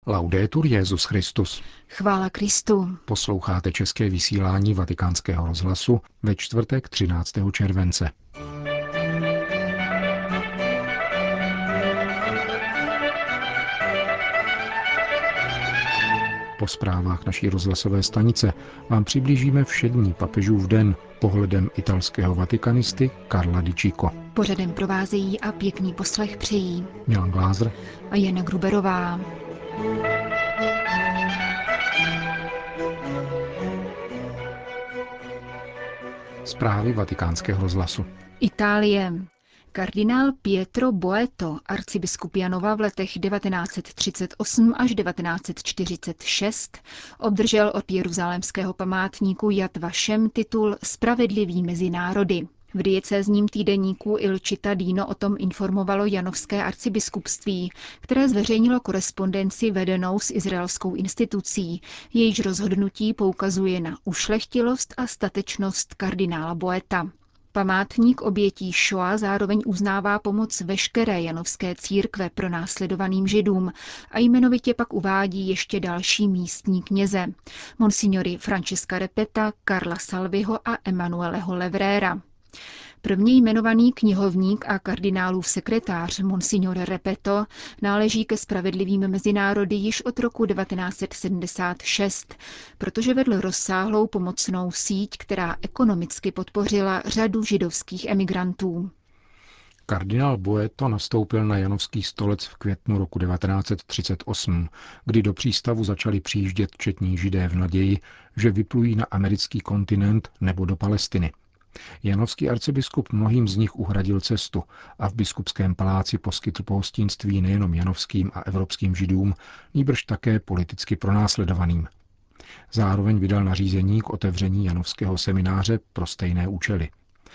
Laudetur Jesus Christus. Chvála Kristu. Posloucháte české vysílání Vatikánského rozhlasu ve čtvrtek 13. července. Po zprávách naší rozhlasové stanice vám přiblížíme všední papežův den pohledem italského vatikanisty Carla Di Cico. Pořadem provázejí a pěkný poslech přejí Milan Glázer a Jana Gruberová. Zprávy Vatikánského rozhlasu. Itálie. Kardinál Pietro Boeto, arcibiskup Janova v letech 1938 až 1946, obdržel od jeruzalémského památníku Yad Vashem titul Spravedlivý mezi národy. V diecézním týdeníku Il Cittadino o tom informovalo janovské arcibiskupství, které zveřejnilo korespondenci vedenou s izraelskou institucí, jejíž rozhodnutí poukazuje na ušlechtilost a statečnost kardinála Boeta. Památník obětí Šoa zároveň uznává pomoc veškeré janovské církve pronásledovaným Židům a jmenovitě pak uvádí ještě další místní kněze, monsignory Francesca Repeta, Karla Salviho a Emanueleho Levrera. První jmenovaný knihovník a kardinálův sekretář Monsignor Repeto náleží ke spravedlivým mezinárody již od roku 1976, protože vedl rozsáhlou pomocnou síť, která ekonomicky podpořila řadu židovských emigrantů. Kardinál Boeto nastoupil na janovský stolec v květnu roku 1938, kdy do přístavu začali přijíždět četní Židé v naději, že vyplují na americký kontinent nebo do Palestiny. Janovský arcibiskup mnohým z nich uhradil cestu a v biskupském paláci poskytl pohostinství nejenom janovským a evropským Židům, nýbrž také politicky pronásledovaným. Zároveň vydal nařízení k otevření janovského semináře pro stejné účely.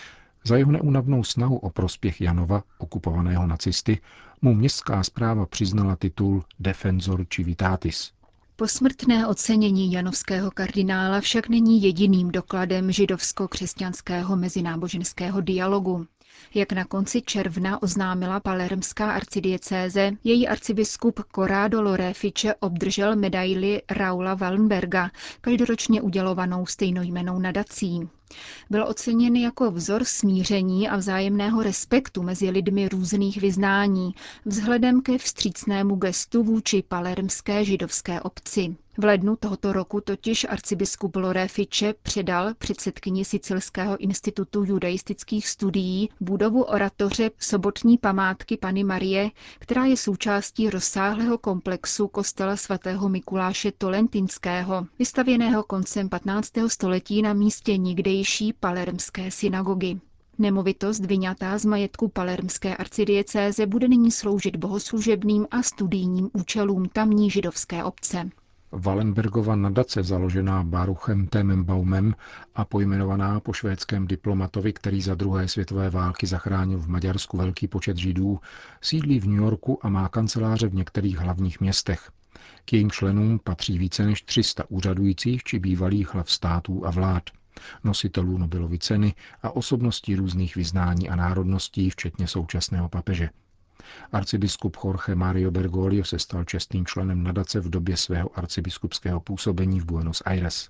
Za jeho neúnavnou snahu o prospěch Janova, okupovaného nacisty, mu městská správa přiznala titul Defensor Civitatis. Posmrtné ocenění janovského kardinála však není jediným dokladem židovsko-křesťanského mezináboženského dialogu. Jak na konci června oznámila palermská arcidiecéze, její arcibiskup Corrado Lorefice obdržel medaili Raula Wallenberga, každoročně udělovanou stejnojmennou nadací. Byl oceněn jako vzor smíření a vzájemného respektu mezi lidmi různých vyznání, vzhledem ke vstřícnému gestu vůči palermské židovské obci. V lednu tohoto roku totiž arcibiskup Lorefice předal předsedkyni Sicilského institutu judaistických studií budovu oratoře sobotní památky Panny Marie, která je součástí rozsáhlého komplexu kostela svatého Mikuláše Tolentinského, vystavěného koncem 15. století na místě nikdejší palermské synagogy. Nemovitost vyňatá z majetku palermské arcidiecéze bude nyní sloužit bohoslužebným a studijním účelům tamní židovské obce. Wallenbergova nadace, založená Baruchem Tenenbaumem a pojmenovaná po švédském diplomatovi, který za druhé světové války zachránil v Maďarsku velký počet Židů, sídlí v New Yorku a má kanceláře v některých hlavních městech. K jejím členům patří více než 300 úřadujících či bývalých hlav států a vlád, nositelů Nobelovy ceny a osobností různých vyznání a národností, včetně současného papeže. Arcibiskup Jorge Mario Bergoglio se stal čestným členem nadace v době svého arcibiskupského působení v Buenos Aires.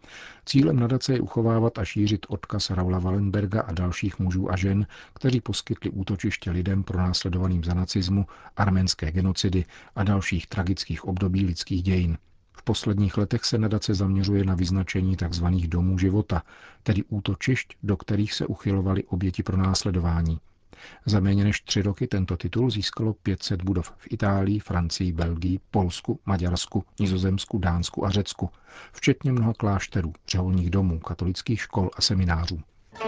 Cílem nadace je uchovávat a šířit odkaz Raula Wallenberga a dalších mužů a žen, kteří poskytli útočiště lidem pronásledovaným za nacismu, arménské genocidy a dalších tragických období lidských dějin. V posledních letech se nadace zaměřuje na vyznačení tzv. Domů života, tedy útočišť, do kterých se uchylovali oběti pronásledování. Za méně než 3 roky tento titul získalo 500 budov v Itálii, Francii, Belgii, Polsku, Maďarsku, Nizozemsku, Dánsku a Řecku, včetně mnoha klášterů, řeholních domů, katolických škol a seminářů.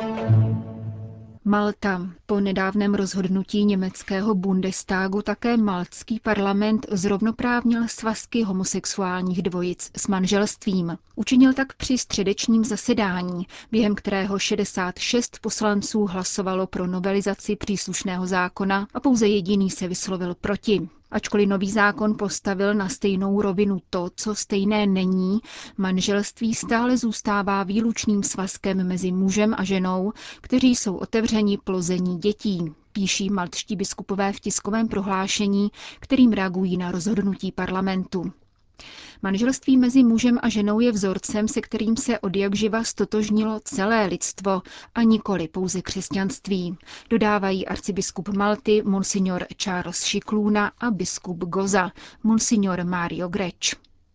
Malta. Po nedávném rozhodnutí německého Bundestagu také maltský parlament zrovnoprávnil svazky homosexuálních dvojic s manželstvím. Učinil tak při středečním zasedání, během kterého 66 poslanců hlasovalo pro novelizaci příslušného zákona a pouze jediný se vyslovil proti. Ačkoliv nový zákon postavil na stejnou rovinu to, co stejné není, manželství stále zůstává výlučným svazkem mezi mužem a ženou, kteří jsou otevřeni plození dětí, píší maltští biskupové v tiskovém prohlášení, kterým reagují na rozhodnutí parlamentu. Manželství mezi mužem a ženou je vzorcem, se kterým se odjakživa stotožnilo celé lidstvo a nikoli pouze křesťanství, dodávají arcibiskup Malty monsignor Charles Scicluna a biskup Goza monsignor Mario Greč.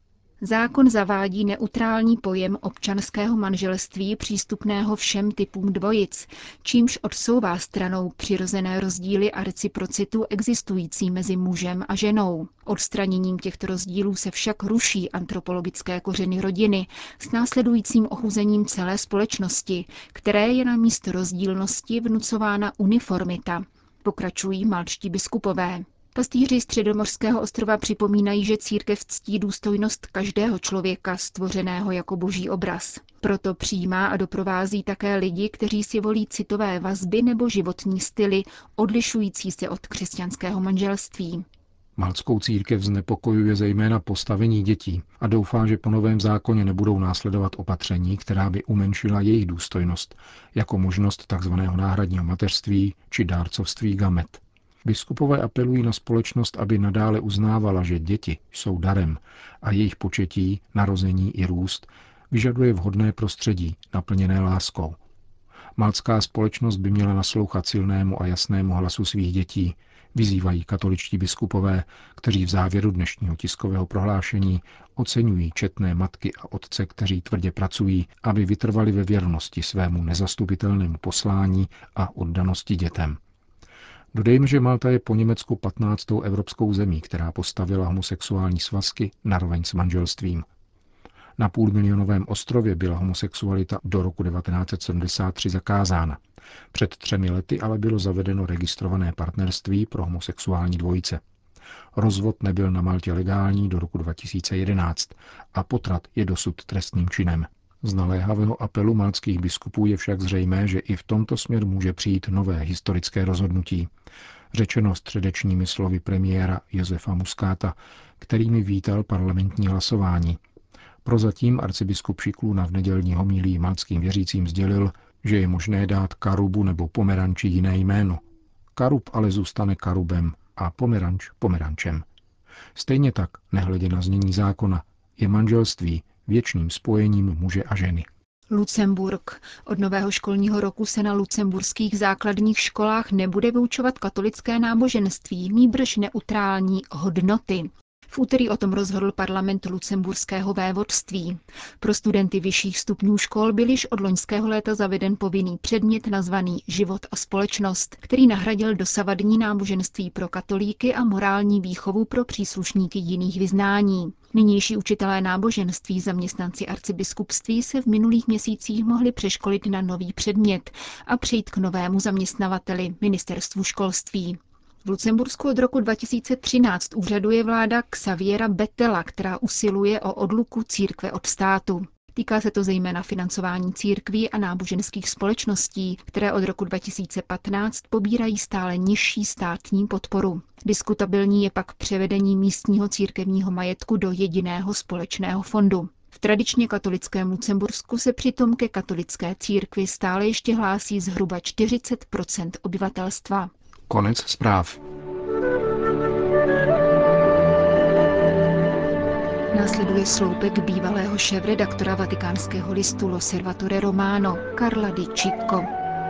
Zákon zavádí neutrální pojem občanského manželství přístupného všem typům dvojic, čímž odsouvá stranou přirozené rozdíly a reciprocitu existující mezi mužem a ženou. Odstraněním těchto rozdílů se však ruší antropologické kořeny rodiny s následujícím ochuzením celé společnosti, které je na místo rozdílnosti vnucována uniformita, pokračují maltští biskupové. Pastýři Středomořského ostrova připomínají, že církev ctí důstojnost každého člověka stvořeného jako boží obraz. Proto přijímá a doprovází také lidi, kteří si volí citové vazby nebo životní styly odlišující se od křesťanského manželství. Maltskou církev znepokojuje zejména postavení dětí a doufá, že po novém zákoně nebudou následovat opatření, která by umenšila jejich důstojnost, jako možnost tzv. Náhradního mateřství či dárcovství gamet. Biskupové apelují na společnost, aby nadále uznávala, že děti jsou darem a jejich početí, narození i růst vyžaduje vhodné prostředí, naplněné láskou. Maltská společnost by měla naslouchat silnému a jasnému hlasu svých dětí, vyzývají katoličtí biskupové, kteří v závěru dnešního tiskového prohlášení oceňují četné matky a otce, kteří tvrdě pracují, aby vytrvali ve věrnosti svému nezastupitelnému poslání a oddanosti dětem. Dodejme, že Malta je po Německu 15. evropskou zemí, která postavila homosexuální svazky naroveň s manželstvím. Na půlmilionovém ostrově byla homosexualita do roku 1973 zakázána. Před 3 lety ale bylo zavedeno registrované partnerství pro homosexuální dvojice. Rozvod nebyl na Maltě legální do roku 2011 a potrat je dosud trestným činem. Z naléhavého apelu maltských biskupů je však zřejmé, že i v tomto směru může přijít nové historické rozhodnutí. Řečeno středečními slovy premiéra Josefa Muscata, kterými vítal parlamentní hlasování. Prozatím arcibiskup Scicluna v nedělní homilii maltským věřícím sdělil, že je možné dát karubu nebo pomeranči jiné jméno. Karub ale zůstane karubem a pomeranč pomerančem. Stejně tak, nehledě na znění zákona, je manželství věčným spojením muže a ženy. Lucemburk. Od nového školního roku se na lucemburských základních školách nebude vyučovat katolické náboženství, nýbrž neutrální hodnoty. V úterý o tom rozhodl parlament lucemburského vévodství. Pro studenty vyšších stupňů škol byl již od loňského léta zaveden povinný předmět nazvaný Život a společnost, který nahradil dosavadní náboženství pro katolíky a morální výchovu pro příslušníky jiných vyznání. Nynější učitelé náboženství, zaměstnanci arcibiskupství se v minulých měsících mohli přeškolit na nový předmět a přejít k novému zaměstnavateli, ministerstvu školství. V Lucembursku od roku 2013 úřaduje vláda Xaviera Bettela, která usiluje o odluku církve od státu. Týká se to zejména financování církví a náboženských společností, které od roku 2015 pobírají stále nižší státní podporu. Diskutabilní je pak převedení místního církevního majetku do jediného společného fondu. V tradičně katolickém Lucembursku se přitom ke katolické církvi stále ještě hlásí zhruba 40 % obyvatelstva. Konec zpráv. Následuje sloupek bývalého šéfredaktora vatikánského listu L'Osservatore Romano Carla Di Cicco.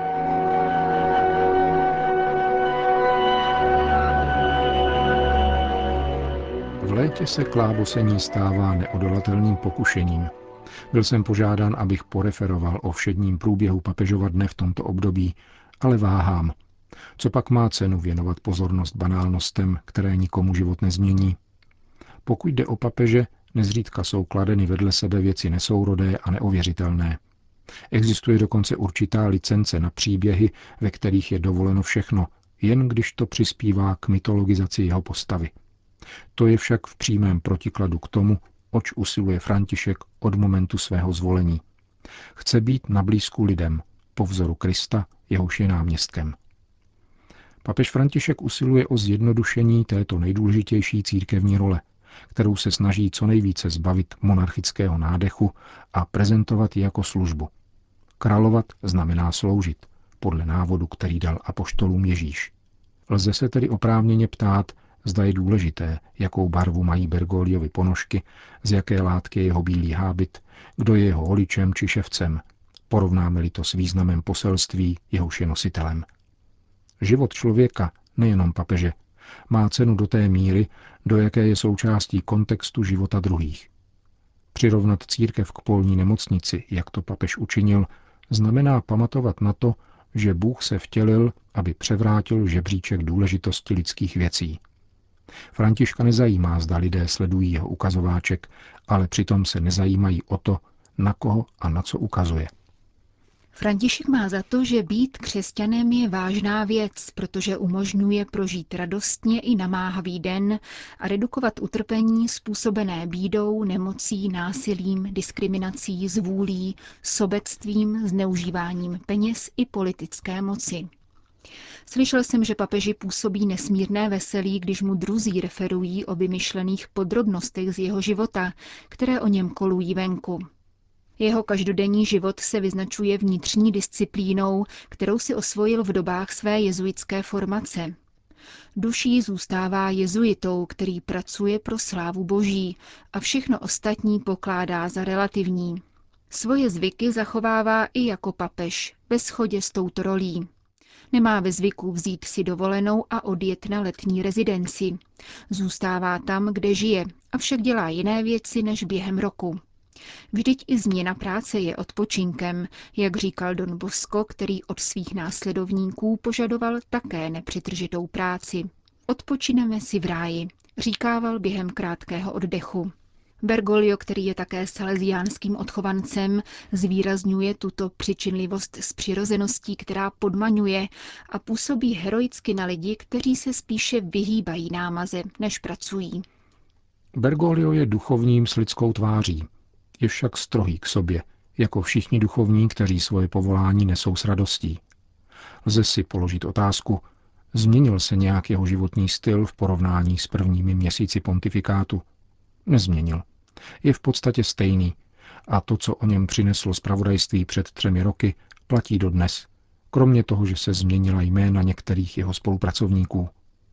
V létě se klábosení stává neodolatelným pokušením. Byl jsem požádán, abych poreferoval o všedním průběhu papežova dne v tomto období, ale váhám. Co pak má cenu věnovat pozornost banálnostem, které nikomu život nezmění? Pokud jde o papeže, nezřídka jsou kladeny vedle sebe věci nesourodé a neověřitelné. Existuje dokonce určitá licence na příběhy, ve kterých je dovoleno všechno, jen když to přispívá k mytologizaci jeho postavy. To je však v přímém protikladu k tomu, oč usiluje František od momentu svého zvolení. Chce být na blízku lidem, po vzoru Krista, jehož je náměstkem. Papež František usiluje o zjednodušení této nejdůležitější církevní role, kterou se snaží co nejvíce zbavit monarchického nádechu a prezentovat ji jako službu. Královat znamená sloužit, podle návodu, který dal apoštolům Ježíš. Lze se tedy oprávněně ptát, Zda je důležité, jakou barvu mají Bergoliovy ponožky, z jaké látky je jeho bílý hábit, kdo je jeho holičem či ševcem, porovnáme-li to s významem poselství, jehož je nositelem. Život člověka, nejenom papeže, má cenu do té míry, do jaké je součástí kontextu života druhých. Přirovnat církev k polní nemocnici, jak to papež učinil, znamená pamatovat na to, že Bůh se vtělil, aby převrátil žebříček důležitosti lidských věcí. Františka nezajímá, zda lidé sledují jeho ukazováček, ale přitom se nezajímají o to, na koho a na co ukazuje. František má za to, že být křesťanem je vážná věc, protože umožňuje prožít radostně i namáhavý den a redukovat utrpení způsobené bídou, nemocí, násilím, diskriminací, zvůlí, sobectvím, zneužíváním peněz i politické moci. Slyšel jsem, že papeži působí nesmírné veselí, když mu druzí referují o vymyšlených podrobnostech z jeho života, které o něm kolují venku. Jeho každodenní život se vyznačuje vnitřní disciplínou, kterou si osvojil v dobách své jezuitské formace. Duší zůstává jezuitou, který pracuje pro slávu Boží a všechno ostatní pokládá za relativní. Svoje zvyky zachovává i jako papež, ve shodě s touto rolí. Nemá ve zvyku vzít si dovolenou a odjet na letní rezidenci. Zůstává tam, kde žije, avšak dělá jiné věci než během roku. Vždyť i změna práce je odpočinkem, jak říkal Don Bosco, který od svých následovníků požadoval také nepřetržitou práci. Odpočineme si v ráji, říkával během krátkého oddechu. Bergoglio, který je také salesiánským odchovancem, zvýrazňuje tuto přičinlivost s přirozeností, která podmaňuje a působí heroicky na lidi, kteří se spíše vyhýbají námaze, než pracují. Bergoglio je duchovním s lidskou tváří. Je však strohý k sobě, jako všichni duchovní, kteří svoje povolání nesou s radostí. Lze si položit otázku, změnil se nějak jeho životní styl v porovnání s prvními měsíci pontifikátu? Nezměnil. Je v podstatě stejný a to, co o něm přineslo zpravodajství před 3 roky, platí dodnes, kromě toho, že se změnila jména některých jeho spolupracovníků.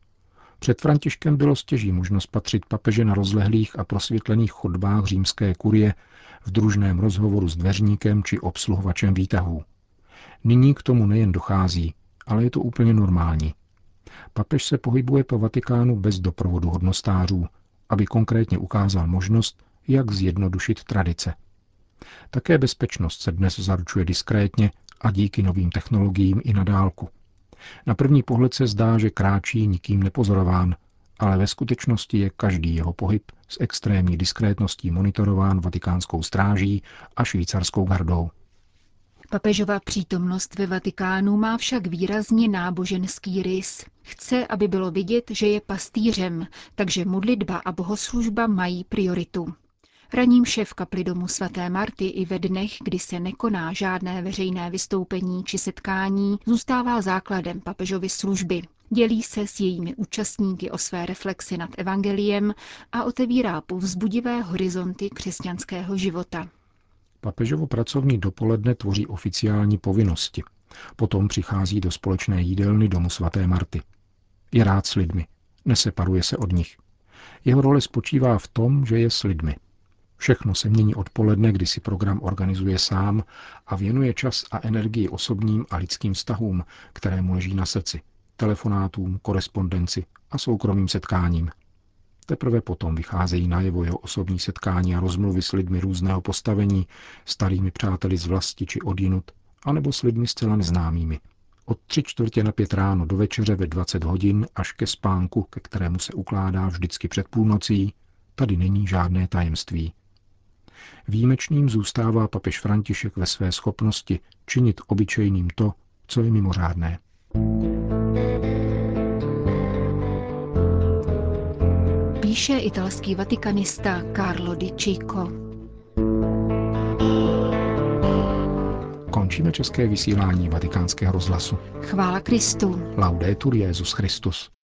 Před Františkem bylo stěží možnost patřit papeže na rozlehlých a prosvětlených chodbách římské kurie, v družném rozhovoru s dveřníkem či obsluhovačem výtahů. Nyní k tomu nejen dochází, ale je to úplně normální. Papež se pohybuje po Vatikánu bez doprovodu hodnostářů, aby konkrétně ukázal možnost, jak zjednodušit tradice. Také bezpečnost se dnes zaručuje diskrétně a díky novým technologiím i na dálku. Na první pohled se zdá, že kráčí nikým nepozorován, ale ve skutečnosti je každý jeho pohyb s extrémní diskrétností monitorován vatikánskou stráží a švýcarskou gardou. Papežova přítomnost ve Vatikánu má však výrazně náboženský rys. Chce, aby bylo vidět, že je pastýřem, takže modlitba a bohoslužba mají prioritu. Raní mše v kapli domu svaté Marty i ve dnech, kdy se nekoná žádné veřejné vystoupení či setkání, zůstává základem papežovy služby. Dělí se s jejími účastníky o své reflexy nad evangeliem a otevírá povzbudivé horizonty křesťanského života. Papežovo pracovní dopoledne tvoří oficiální povinnosti. Potom přichází do společné jídelny domu svaté Marty. Je rád s lidmi, neseparuje se od nich. Jeho role spočívá v tom, že je s lidmi. Všechno se mění odpoledne, kdy si program organizuje sám a věnuje čas a energii osobním a lidským vztahům, které mu leží na srdci, telefonátům, korespondenci a soukromým setkáním. Teprve potom vycházejí najevo jeho osobní setkání a rozmluvy s lidmi různého postavení, starými přáteli z vlasti či odjinud, anebo s lidmi zcela neznámými. Od 3:45 ráno do večeře ve 20 hodin až ke spánku, ke kterému se ukládá vždycky před půlnocí, tady není žádné tajemství. Výjimečným zůstává papež František ve své schopnosti činit obyčejným to, co je mimořádné. Píše italský vatikanista Carlo Di Cicco. Končíme české vysílání Vatikánského rozhlasu. Chvála Kristu. Laudetur Jesus Christus.